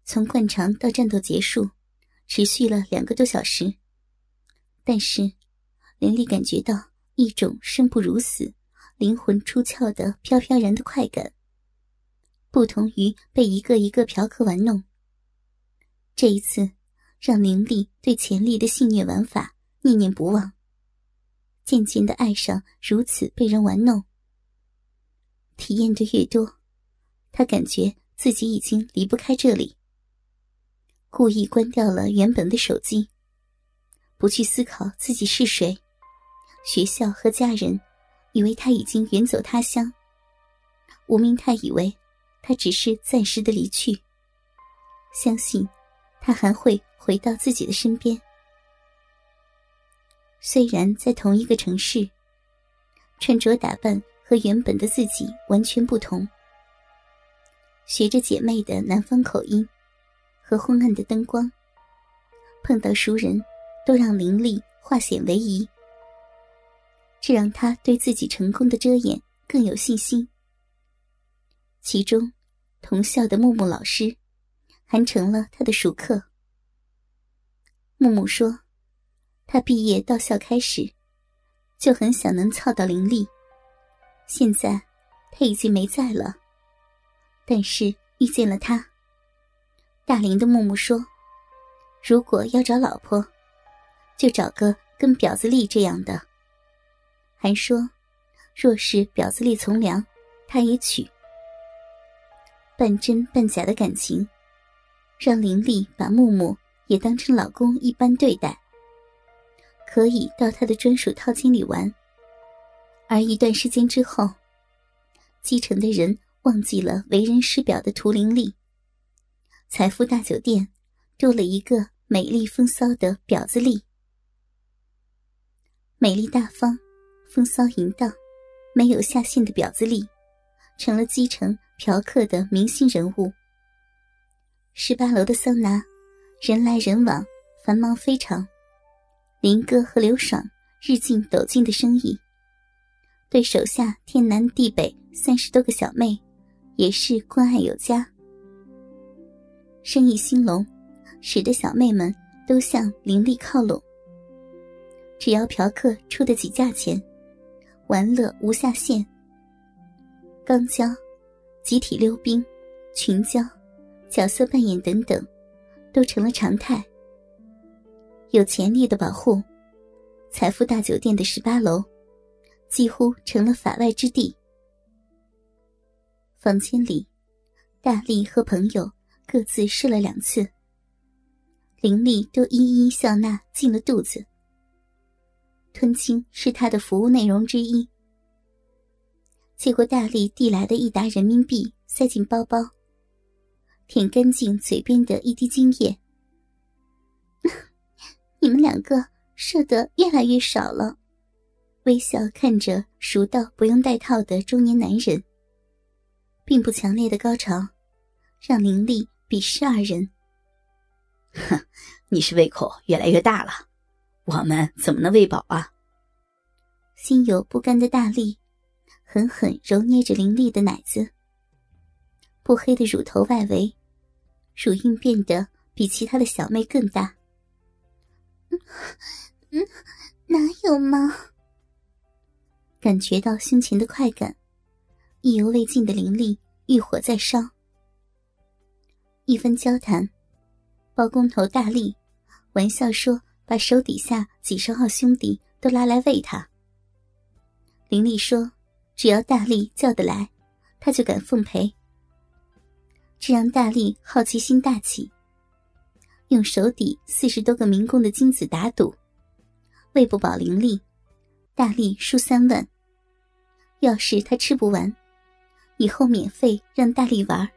从灌肠到战斗结束，持续了2个多小时。但是，凌厉感觉到一种生不如死、灵魂出窍的飘飘然的快感。不同于被一个一个嫖客玩弄，这一次让凌厉对前例的戏谑玩法念念不忘，渐渐地爱上如此被人玩弄。体验的越多，他感觉自己已经离不开这里。故意关掉了原本的手机，不去思考自己是谁，学校和家人以为他已经远走他乡，吴明泰以为他只是暂时的离去，相信他还会回到自己的身边。虽然在同一个城市，穿着打扮和原本的自己完全不同，学着姐妹的南方口音和昏暗的灯光，碰到熟人都让凌厉化险为夷，这让他对自己成功的遮掩更有信心。其中同校的木木老师还成了他的熟客。木木说，他毕业到校开始就很想能操到凌厉，现在他已经没在了，但是遇见了他。大龄的木木说，如果要找老婆，就找个跟婊子丽这样的，还说若是婊子丽从良，他也娶。半真半假的感情让凌厉把木木也当成老公一般对待，可以到他的专属套间里玩。而一段时间之后，基层的人忘记了为人师表的涂凌厉，财富大酒店多了一个美丽风骚的婊子丽。美丽大方、风骚淫荡、没有下限的婊子丽成了基层嫖客的明星人物。18楼的桑拿人来人往，繁忙非常。林哥和刘爽日进斗金的生意，对手下天南地北30多个小妹也是关爱有加。生意兴隆，使得小妹们都向凌厉靠拢。只要嫖客出得起价钱，玩乐无下限。肛交、集体溜冰、群交、角色扮演等等都成了常态。有钱力的保护，财富大酒店的18楼几乎成了法外之地。房间里，大力和朋友各自试了2次，凌厉都一一笑纳进了肚子。吞亲是他的服务内容之一。接过大力递来的1沓人民币，塞进包包，舔干净嘴边的一滴精液。你们2个射得越来越少了，微笑看着熟到不用戴套的中年男人。并不强烈的高潮让凌厉鄙视2人。 哼，你是胃口越来越大了，我们怎么能喂饱啊？ 心有不甘的大力狠狠揉捏着凌厉的奶子，不黑的乳头外围，乳晕变得比其他的小妹更大。哪有吗？感觉到胸前的快感，意犹未尽的凌厉欲火在烧。一番交谈，包工头大力玩笑说把手底下几10号兄弟都拉来喂他。凌厉说只要大力叫得来，他就敢奉陪。这让大力好奇心大起，用手底40多个民工的精子打赌，喂不饱凌厉，大力输3万。要是他吃不完，以后免费让大力玩。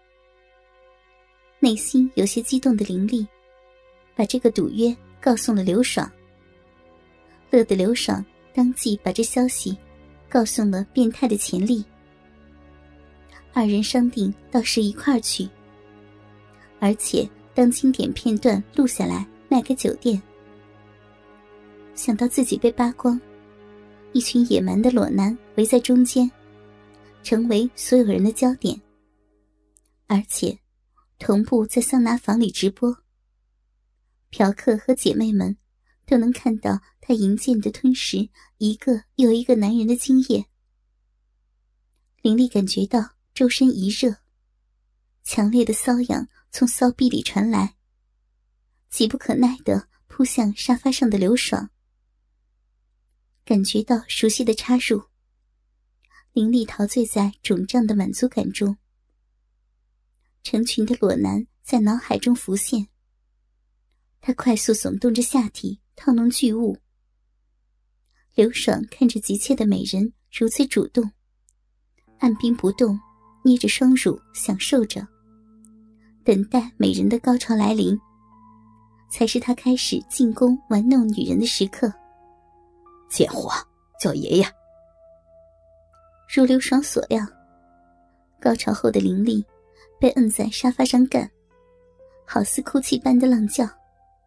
内心有些激动的凌厉把这个赌约告诉了刘爽，乐得刘爽当即把这消息告诉了变态的钱力。2人商定到时一块儿去，而且当经典片段录下来卖给酒店。想到自己被扒光，一群野蛮的裸男围在中间，成为所有人的焦点，而且同步在桑拿房里直播。嫖客和姐妹们都能看到他淫贱地吞食一个又一个男人的精液。林丽感觉到周身一热，强烈的瘙痒从骚逼里传来，急不可耐地扑向沙发上的刘爽。感觉到熟悉的插入，林丽陶醉在肿胀的满足感中，成群的裸男在脑海中浮现。他快速耸动着下体，套弄巨物。刘爽看着急切的美人如此主动，按兵不动，捏着双乳享受着，等待美人的高潮来临，才是他开始进攻玩弄女人的时刻。 贱货，叫爷爷！ 如刘爽所料，高潮后的林丽被摁在沙发上干，好似哭泣般的浪叫。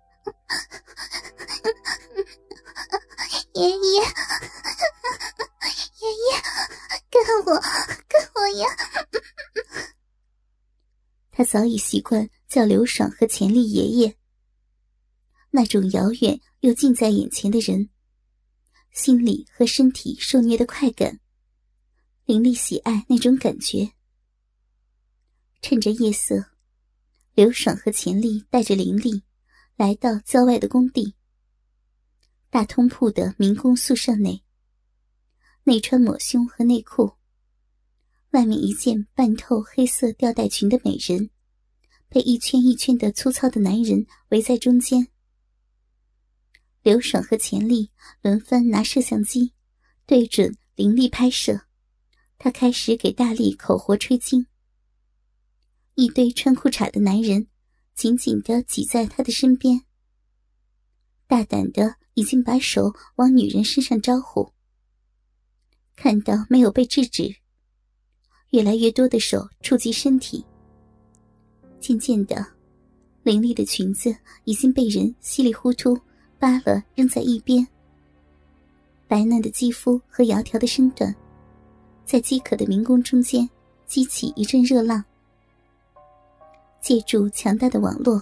爷爷，爷爷，干我呀！他早已习惯叫刘爽和钱丽爷爷，那种遥远又近在眼前的人，心理和身体受虐的快感，林丽喜爱那种感觉。趁着夜色，刘爽和钱丽带着林丽来到郊外的工地。大通铺的民工宿舍内，内穿抹胸和内裤，外面一件半透黑色吊带裙的美人，被一圈一圈的粗糙的男人围在中间。刘爽和钱丽轮番拿摄像机对准林丽拍摄，他开始给大力口活吹精。一堆穿裤衩的男人紧紧地挤在他的身边，大胆地已经把手往女人身上招呼。看到没有被制止，越来越多的手触及身体。渐渐的，林丽的裙子已经被人稀里糊涂扒了扔在一边。白嫩的肌肤和窈窕的身段，在饥渴的民工中间激起一阵热浪。借助强大的网络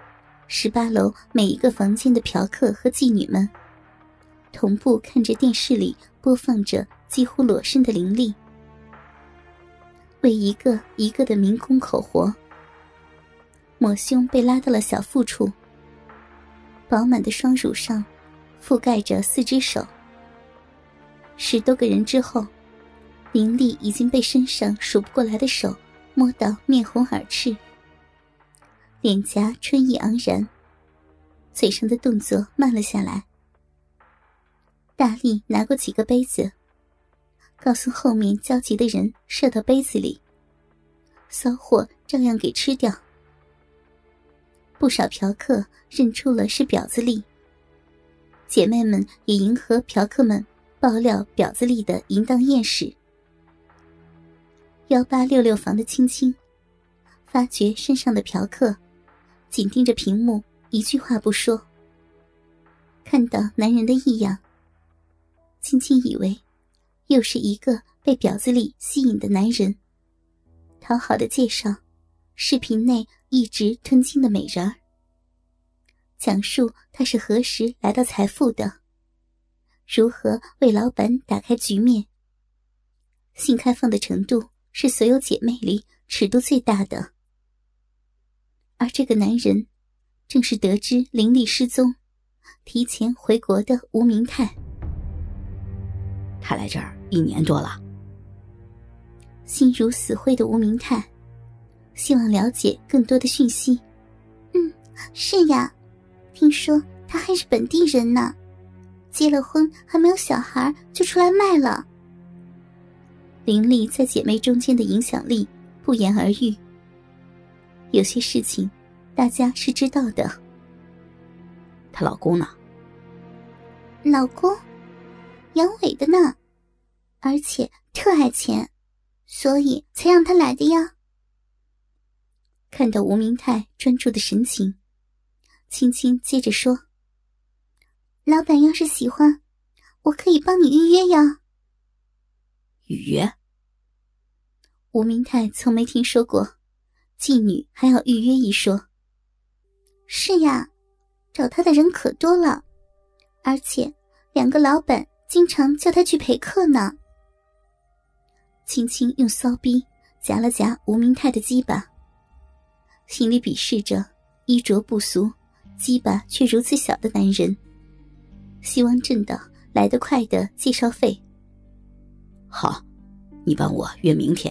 ，18楼每一个房间的嫖客和妓女们同步看着电视里播放着几乎裸身的林丽，为一个一个的民工口活。抹胸被拉到了小腹处，饱满的双乳上覆盖着4只手。10多个人之后，林丽已经被身上数不过来的手摸到面红耳赤，脸颊春意盎然，嘴上的动作慢了下来。大力拿过几个杯子，告诉后面焦急的人射到杯子里，骚货照样给吃掉。不少嫖客认出了是婊子丽，姐妹们也迎合嫖客们爆料婊子丽的淫荡艳史。1866房的青青发觉身上的嫖客紧盯着屏幕，一句话不说。看到男人的异样，青青以为又是一个被婊子丽吸引的男人，讨好的介绍视频内一直吞精的美人儿，讲述他是何时来到财富的，如何为老板打开局面。性开放的程度是所有姐妹里尺度最大的。而这个男人正是得知林丽失踪提前回国的吴明泰。 他来这儿1年多了。 心如死灰的吴明泰希望了解更多的讯息。是呀，听说他还是本地人呢，结了婚还没有小孩就出来卖了。林丽在姐妹中间的影响力不言而喻，有些事情大家是知道的。 她老公呢？ 老公阳痿的呢，而且特爱钱，所以才让他来的呀。看到吴明泰专注的神情，青青接着说，老板要是喜欢，我可以帮你预约呀。 预约？ 吴明泰从没听说过妓女还要预约一说。是呀，找他的人可多了，而且2个老板经常叫他去陪客呢。轻轻用骚逼夹了夹吴明泰的鸡巴，心里鄙视着衣着不俗、鸡巴却如此小的男人，希望挣到来得快的介绍费。 好，你帮我约明天。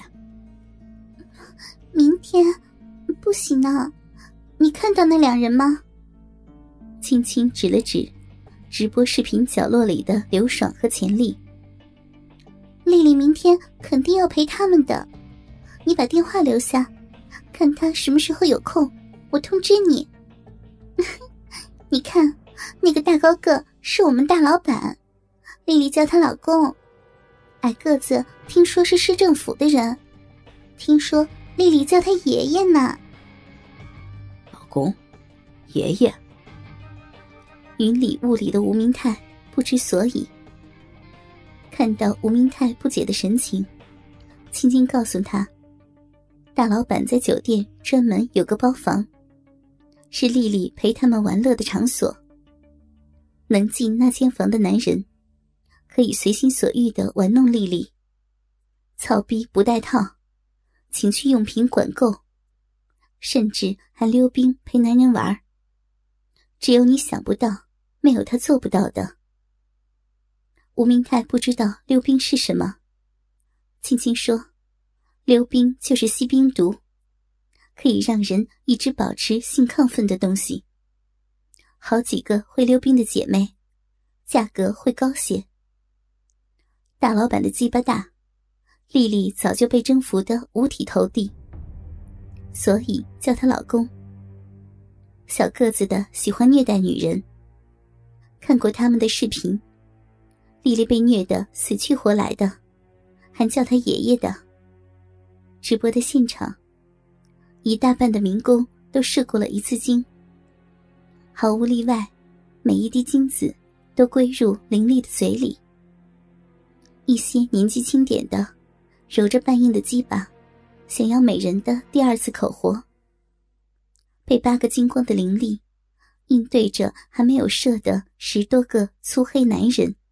明天？不行啊，你看到那2人吗？轻轻指了指直播视频角落里的刘爽和钱丽。丽丽明天肯定要陪他们的，你把电话留下，看他什么时候有空，我通知你。你看，那个大高个是我们大老板，丽丽叫她老公。矮个子听说是市政府的人，听说丽丽叫他爷爷呢。 老公？爷爷？ 云里雾里的吴明泰不知所以。看到吴明泰不解的神情，轻轻告诉他，大老板在酒店专门有个包房，是丽丽陪他们玩乐的场所。能进那间房的男人可以随心所欲地玩弄丽丽，操逼不带套，情趣用品管够，甚至还溜冰陪男人玩。只有你想不到，没有他做不到的。吴明泰不知道溜冰是什么，轻轻说，溜冰就是吸冰毒，可以让人一直保持性亢奋的东西。好几个会溜冰的姐妹，价格会高些。大老板的鸡巴大，丽丽早就被征服得五体投地，所以叫她老公。小个子的喜欢虐待女人，看过他们的视频，丽丽被虐得死去活来的，还叫她爷爷的。直播的现场，一大半的民工都射过了一次精，毫无例外，每一滴精子都归入凌厉的嘴里。一些年纪轻点的揉着半硬的鸡巴，想要美人的第2次口活，被8个精光的凌厉应对着还没有射的10多个粗黑男人。